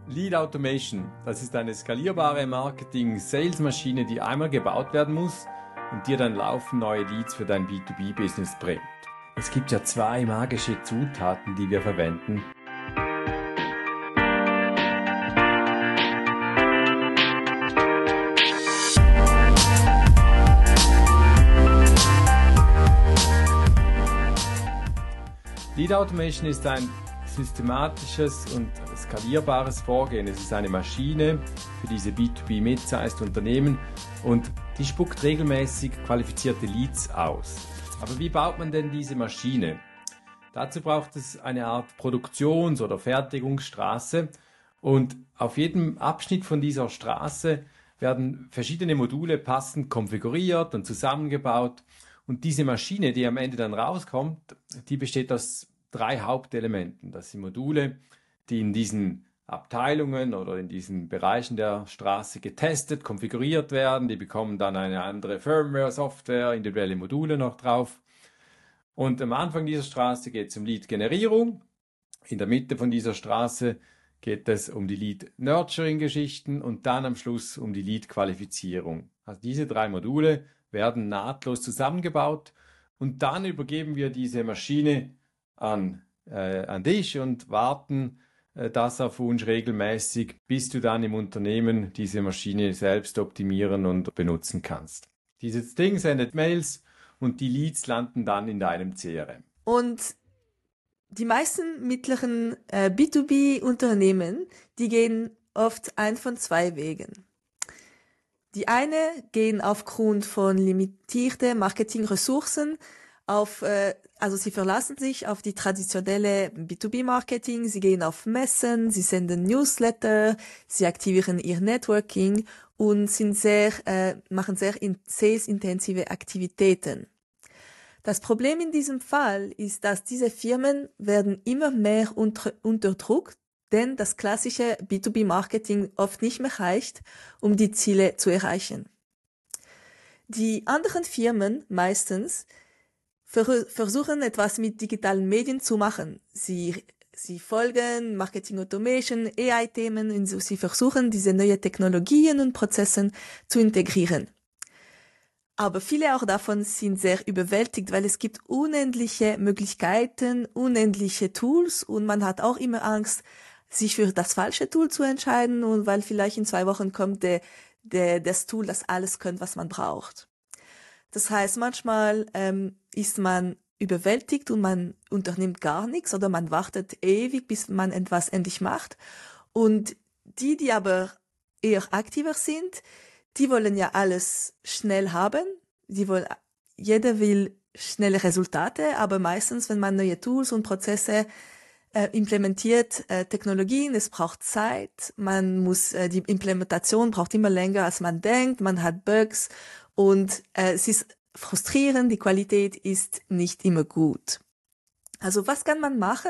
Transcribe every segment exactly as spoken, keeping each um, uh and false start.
Lead Automation, das ist eine skalierbare Marketing-Sales-Maschine, die einmal gebaut werden muss und dir dann laufend neue Leads für dein B zwei B-Business bringt. Es gibt ja zwei magische Zutaten, die wir verwenden. Lead Automation ist ein systematisches und skalierbares Vorgehen. Es ist eine Maschine für diese B zwei B Mid-Sized Unternehmen und die spuckt regelmäßig qualifizierte Leads aus. Aber wie baut man denn diese Maschine? Dazu braucht es eine Art Produktions- oder Fertigungsstraße und auf jedem Abschnitt von dieser Straße werden verschiedene Module passend konfiguriert und zusammengebaut. Und diese Maschine, die am Ende dann rauskommt, die besteht aus drei Hauptelementen. Das sind Module, die in diesen Abteilungen oder in diesen Bereichen der Straße getestet, konfiguriert werden. Die bekommen dann eine andere Firmware, Software, individuelle Module noch drauf. Und am Anfang dieser Straße geht es um Lead-Generierung. In der Mitte von dieser Straße geht es um die Lead-Nurturing-Geschichten und dann am Schluss um die Lead-Qualifizierung. Also diese drei Module werden nahtlos zusammengebaut und dann übergeben wir diese Maschine an, äh, an dich und warten äh, das auf Wunsch regelmäßig, bis du dann im Unternehmen diese Maschine selbst optimieren und benutzen kannst. Dieses Ding sendet Mails und die Leads landen dann in deinem C R M. Und die meisten mittleren äh, B zwei B-Unternehmen, die gehen oft ein von zwei Wegen. Die eine gehen aufgrund von limitierten Marketingressourcen auf, äh, also sie verlassen sich auf die traditionelle B zwei B-Marketing, sie gehen auf Messen, sie senden Newsletter, sie aktivieren ihr Networking und sind sehr, äh, machen sehr in sales-intensive Aktivitäten. Das Problem in diesem Fall ist, dass diese Firmen werden immer mehr unter, unter Druck, denn das klassische B zwei B-Marketing oft nicht mehr reicht, um die Ziele zu erreichen. Die anderen Firmen meistens versuchen etwas mit digitalen Medien zu machen. Sie, sie folgen Marketing Automation, A I-Themen und sie versuchen, diese neuen Technologien und Prozessen zu integrieren. Aber viele auch davon sind sehr überwältigt, weil es gibt unendliche Möglichkeiten, unendliche Tools und man hat auch immer Angst, sich für das falsche Tool zu entscheiden und weil vielleicht in zwei Wochen kommt der, der, das Tool, das alles kann, was man braucht. Das heißt, manchmal ähm, ist man überwältigt und man unternimmt gar nichts oder man wartet ewig, bis man etwas endlich macht. Und die, die aber eher aktiver sind, die wollen ja alles schnell haben. Die wollen, jeder will schnelle Resultate, aber meistens, wenn man neue Tools und Prozesse äh, implementiert, äh, Technologien, es braucht Zeit. Man muss, äh, die Implementation braucht immer länger, als man denkt. Man hat Bugs. Und äh, es ist frustrierend, die Qualität ist nicht immer gut. Also was kann man machen,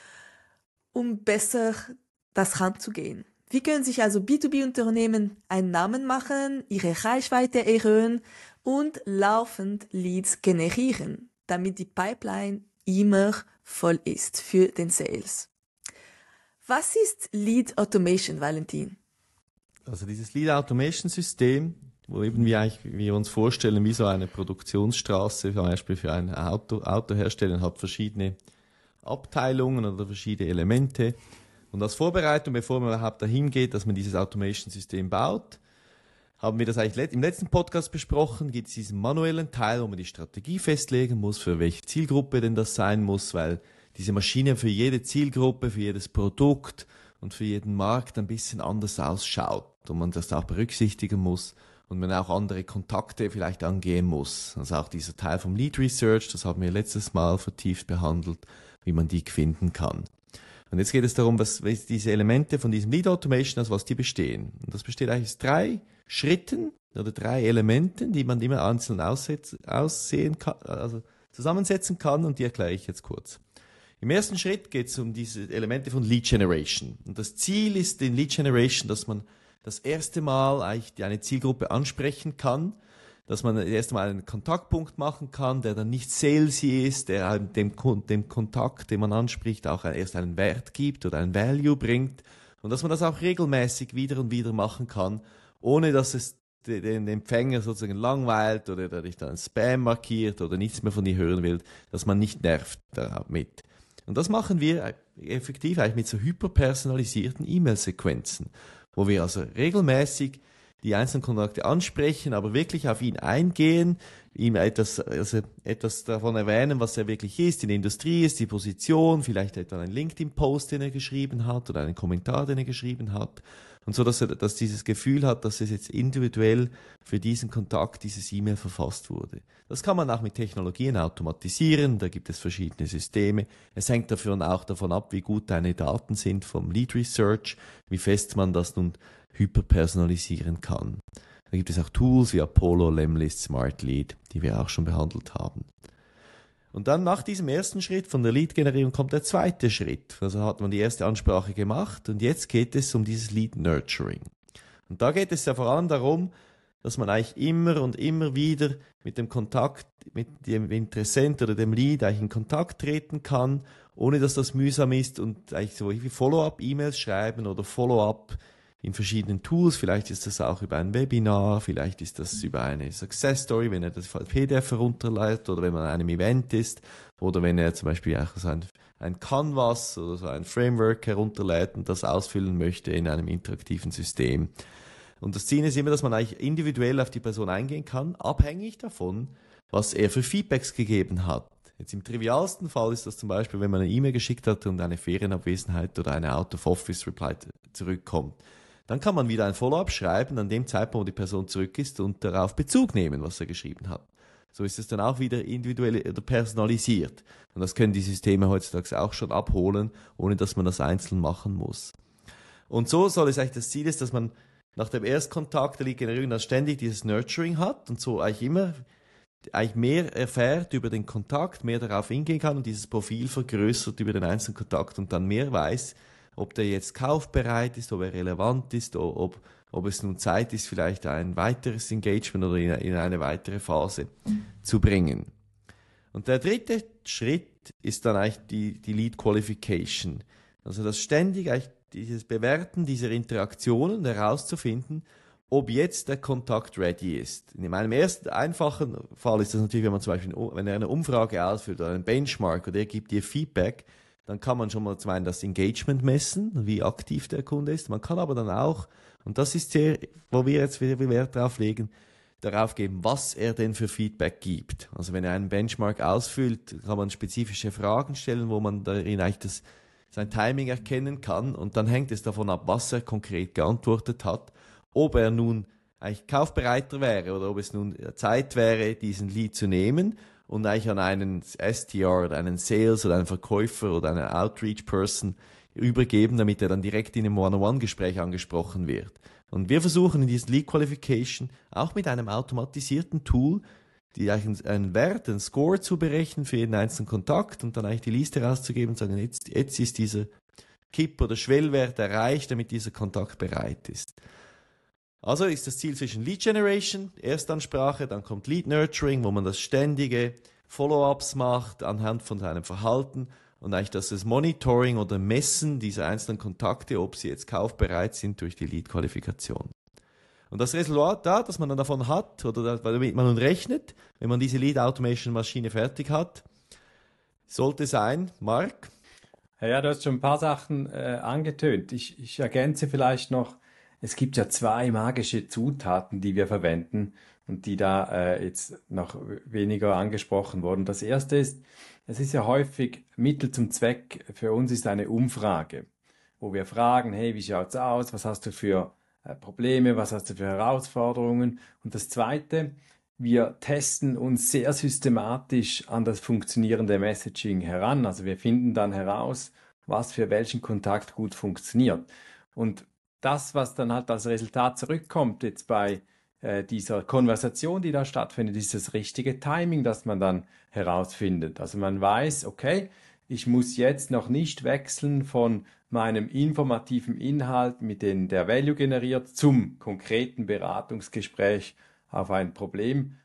um besser das ranzugehen? Wie können sich also B zwei B-Unternehmen einen Namen machen, ihre Reichweite erhöhen und laufend Leads generieren, damit die Pipeline immer voll ist für den Sales? Was ist Lead Automation, Valentin? Also dieses Lead Automation System, wo eben wir eigentlich, wir uns vorstellen, wie so eine Produktionsstraße, zum Beispiel für ein Auto, Autohersteller, hat verschiedene Abteilungen oder verschiedene Elemente. Und als Vorbereitung, bevor man überhaupt dahin geht, dass man dieses Automation-System baut, haben wir das eigentlich im letzten Podcast besprochen, gibt es diesen manuellen Teil, wo man die Strategie festlegen muss, für welche Zielgruppe denn das sein muss, weil diese Maschine für jede Zielgruppe, für jedes Produkt und für jeden Markt ein bisschen anders ausschaut und man das auch berücksichtigen muss. Und man auch andere Kontakte vielleicht angehen muss. Also auch dieser Teil vom Lead Research, das haben wir letztes Mal vertieft behandelt, wie man die finden kann. Und jetzt geht es darum, was, was diese Elemente von diesem Lead Automation, also was die bestehen. Und das besteht eigentlich aus drei Schritten oder drei Elementen, die man immer einzeln aussehen kann, also zusammensetzen kann, und die erkläre ich jetzt kurz. Im ersten Schritt geht es um diese Elemente von Lead Generation. Und das Ziel ist in Lead Generation, dass man das erste Mal eigentlich eine Zielgruppe ansprechen kann, dass man das erste Mal einen Kontaktpunkt machen kann, der dann nicht salesy ist, der dem, dem Kontakt, den man anspricht, auch erst einen Wert gibt oder einen Value bringt Und dass man das auch regelmäßig wieder und wieder machen kann, ohne dass es den Empfänger sozusagen langweilt oder der dich dann Spam markiert oder nichts mehr von dir hören will, dass man nicht nervt damit. Und das machen wir effektiv eigentlich mit so hyperpersonalisierten E-Mail-Sequenzen, wo wir also regelmäßig die einzelnen Kontakte ansprechen, aber wirklich auf ihn eingehen, ihm etwas, also etwas davon erwähnen, was er wirklich ist, in der Industrie ist, die Position, vielleicht etwa einen LinkedIn-Post, den er geschrieben hat oder einen Kommentar, den er geschrieben hat. Und so, dass er dass dieses Gefühl hat, dass es jetzt individuell für diesen Kontakt, dieses E-Mail verfasst wurde. Das kann man auch mit Technologien automatisieren, da gibt es verschiedene Systeme. Es hängt dafür auch davon ab, wie gut deine Daten sind vom Lead Research, wie fest man das nun hyperpersonalisieren kann. Da gibt es auch Tools wie Apollo, Lemlist, Smart Lead, die wir auch schon behandelt haben. Und dann nach diesem ersten Schritt von der Lead-Generierung kommt der zweite Schritt. Also hat man die erste Ansprache gemacht und jetzt geht es um dieses Lead-Nurturing. Und da geht es ja vor allem darum, dass man eigentlich immer und immer wieder mit dem Kontakt, mit dem Interessent oder dem Lead eigentlich in Kontakt treten kann, ohne dass das mühsam ist und eigentlich so wie Follow-up-E-Mails schreiben oder Follow-up in verschiedenen Tools. Vielleicht ist das auch über ein Webinar, vielleicht ist das über eine Success Story, wenn er das P D F herunterlädt oder wenn man an einem Event ist oder wenn er zum Beispiel auch so ein, ein Canvas oder so ein Framework herunterlädt und das ausfüllen möchte in einem interaktiven System. Und das Ziel ist immer, dass man eigentlich individuell auf die Person eingehen kann, abhängig davon, was er für Feedbacks gegeben hat. Jetzt im trivialsten Fall ist das zum Beispiel, wenn man eine E-Mail geschickt hat und eine Ferienabwesenheit oder eine Out-of-Office-Reply zurückkommt. Dann kann man wieder ein Follow-up schreiben an dem Zeitpunkt, wo die Person zurück ist und darauf Bezug nehmen, was er geschrieben hat. So ist es dann auch wieder individuell oder personalisiert. Und das können die Systeme heutzutage auch schon abholen, ohne dass man das einzeln machen muss. Und so soll es eigentlich das Ziel ist, dass man nach dem Erstkontakt der Lead-Generierung dann ständig dieses Nurturing hat und so eigentlich immer eigentlich mehr erfährt über den Kontakt, mehr darauf hingehen kann und dieses Profil vergrößert über den einzelnen Kontakt und dann mehr weiß, ob der jetzt kaufbereit ist, ob er relevant ist, ob, ob es nun Zeit ist, vielleicht ein weiteres Engagement oder in, in eine weitere Phase zu bringen. Und der dritte Schritt ist dann eigentlich die, die Lead Qualification. Also das ständig eigentlich dieses Bewerten dieser Interaktionen herauszufinden, ob jetzt der Kontakt ready ist. In meinem ersten einfachen Fall ist das natürlich, wenn man zum Beispiel, wenn er eine Umfrage ausfüllt oder einen Benchmark oder er gibt dir Feedback, dann kann man schon mal zum einen das Engagement messen, wie aktiv der Kunde ist. Man kann aber dann auch, und das ist sehr, wo wir jetzt wieder Wert drauf legen, darauf geben, was er denn für Feedback gibt. Also wenn er einen Benchmark ausfüllt, kann man spezifische Fragen stellen, wo man darin eigentlich das, sein Timing erkennen kann. Und dann hängt es davon ab, was er konkret geantwortet hat, ob er nun eigentlich kaufbereiter wäre oder ob es nun Zeit wäre, diesen Lead zu nehmen und eigentlich an einen S T R oder einen Sales oder einen Verkäufer oder einen Outreach-Person übergeben, damit er dann direkt in einem One-on-One-Gespräch angesprochen wird. Und wir versuchen in diesem Lead Qualification auch mit einem automatisierten Tool, die eigentlich einen Wert, einen Score zu berechnen für jeden einzelnen Kontakt und dann eigentlich die Liste rauszugeben und sagen, jetzt, jetzt ist dieser Kipp- oder Schwellwert erreicht, damit dieser Kontakt bereit ist. Also ist das Ziel zwischen Lead Generation, Erstansprache, dann kommt Lead Nurturing, wo man das ständige Follow-ups macht anhand von seinem Verhalten und eigentlich das, das Monitoring oder Messen dieser einzelnen Kontakte, ob sie jetzt kaufbereit sind durch die Lead-Qualifikation. Und das Resultat, das man dann davon hat, oder damit man nun rechnet, wenn man diese Lead-Automation-Maschine fertig hat, sollte sein, Marc? Ja, du hast schon ein paar Sachen äh, angetönt. Ich, ich ergänze vielleicht noch, es gibt ja zwei magische Zutaten, die wir verwenden und die da äh, jetzt noch weniger angesprochen wurden. Das erste ist, es ist ja häufig Mittel zum Zweck für uns ist eine Umfrage, wo wir fragen, hey, wie schaut's aus? Was hast du für äh, Probleme? Was hast du für Herausforderungen? Und das zweite, wir testen uns sehr systematisch an das funktionierende Messaging heran. Also wir finden dann heraus, was für welchen Kontakt gut funktioniert. Und das, was dann halt als Resultat zurückkommt jetzt bei äh, dieser Konversation, die da stattfindet, ist das richtige Timing, das man dann herausfindet. Also man weiß, okay, ich muss jetzt noch nicht wechseln von meinem informativen Inhalt, mit dem der Value generiert, zum konkreten Beratungsgespräch auf ein Problem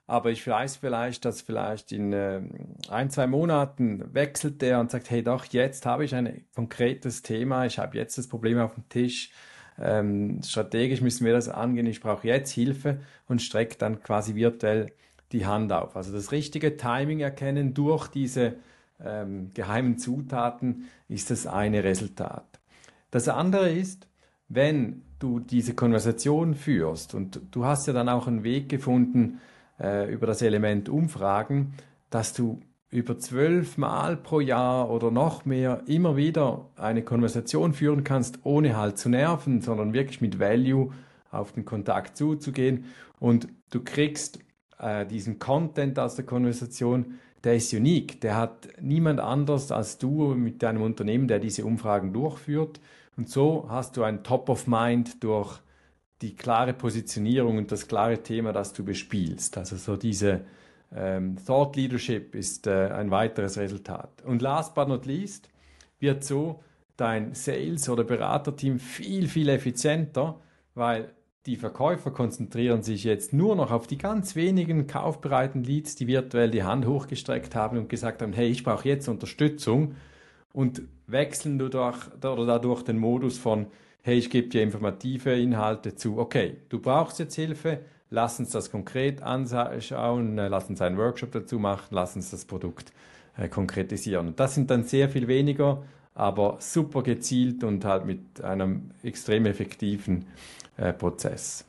aber ich weiß vielleicht, dass vielleicht in äh, ein, zwei Monaten wechselt der und sagt, hey doch, jetzt habe ich ein konkretes Thema, ich habe jetzt das Problem auf dem Tisch, ähm, strategisch müssen wir das angehen, ich brauche jetzt Hilfe und streckt dann quasi virtuell die Hand auf. Also das richtige Timing erkennen durch diese ähm, geheimen Zutaten ist das eine Resultat. Das andere ist, wenn du diese Konversation führst und du hast ja dann auch einen Weg gefunden äh, über das Element Umfragen, dass du über zwölf Mal pro Jahr oder noch mehr immer wieder eine Konversation führen kannst, ohne halt zu nerven, sondern wirklich mit Value auf den Kontakt zuzugehen und du kriegst äh, diesen Content aus der Konversation, der ist unique, der hat niemand anders als du mit deinem Unternehmen, der diese Umfragen durchführt. Und so hast du ein Top of Mind durch die klare Positionierung und das klare Thema, das du bespielst. Also so diese ähm, Thought Leadership ist äh, ein weiteres Resultat. Und last but not least wird so dein Sales- oder Beraterteam viel, viel effizienter, weil die Verkäufer konzentrieren sich jetzt nur noch auf die ganz wenigen kaufbereiten Leads, die virtuell die Hand hochgestreckt haben und gesagt haben, hey, ich brauche jetzt Unterstützung, und wechseln durch, oder dadurch den Modus von, hey, ich gebe dir informative Inhalte zu, okay, du brauchst jetzt Hilfe, lass uns das konkret anschauen, lass uns einen Workshop dazu machen, lass uns das Produkt äh, konkretisieren. Und das sind dann sehr viel weniger, aber super gezielt und halt mit einem extrem effektiven äh, Prozess.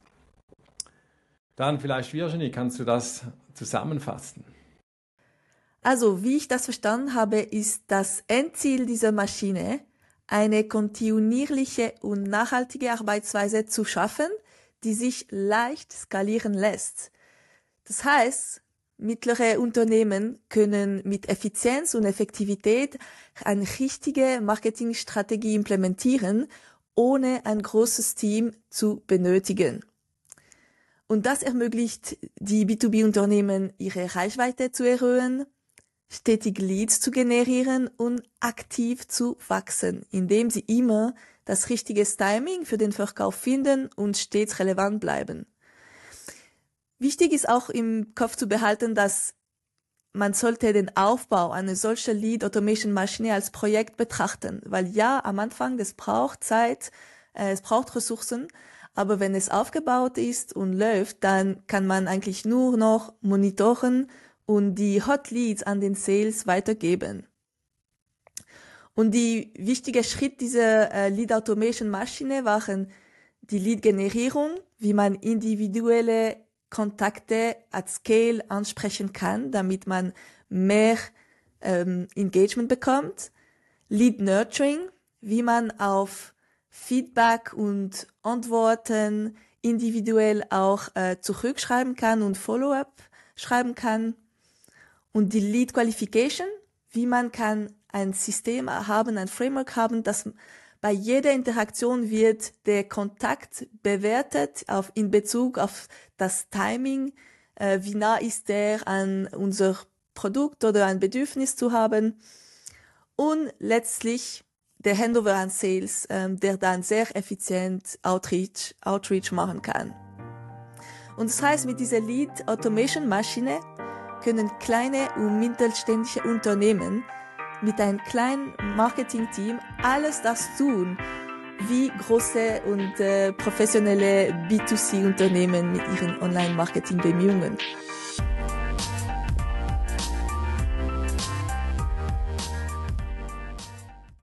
Dann vielleicht, Virginie, kannst du das zusammenfassen? Also, wie ich das verstanden habe, ist das Endziel dieser Maschine, eine kontinuierliche und nachhaltige Arbeitsweise zu schaffen, die sich leicht skalieren lässt. Das heißt, mittlere Unternehmen können mit Effizienz und Effektivität eine richtige Marketingstrategie implementieren, ohne ein großes Team zu benötigen. Und das ermöglicht die B zwei B-Unternehmen, ihre Reichweite zu erhöhen, stetig Leads zu generieren und aktiv zu wachsen, indem sie immer das richtige Timing für den Verkauf finden und stets relevant bleiben. Wichtig ist auch im Kopf zu behalten, dass man sollte den Aufbau einer solchen Lead-Automation-Maschine als Projekt betrachten, weil ja, am Anfang, das braucht Zeit, äh, es braucht Ressourcen, aber wenn es aufgebaut ist und läuft, dann kann man eigentlich nur noch monitoren und die Hot Leads an den Sales weitergeben. Und die wichtige Schritt dieser äh, Lead Automation Maschine waren die Lead-Generierung, wie man individuelle Kontakte at Scale ansprechen kann, damit man mehr ähm, Engagement bekommt. Lead Nurturing, wie man auf Feedback und Antworten individuell auch äh, zurückschreiben kann und Follow-up schreiben kann. Und die Lead Qualification, wie man kann ein System haben, ein Framework haben, das bei jeder Interaktion wird der Kontakt bewertet auf, in Bezug auf das Timing, äh, wie nah ist der an unser Produkt oder ein Bedürfnis zu haben. Und letztlich der Handover an Sales, ähm, der dann sehr effizient Outreach, Outreach machen kann. Und das heißt, mit dieser Lead Automation Maschine können kleine und mittelständische Unternehmen mit einem kleinen Marketingteam alles das tun, wie große und äh, professionelle B zwei C Unternehmen mit ihren Online-Marketing-Bemühungen.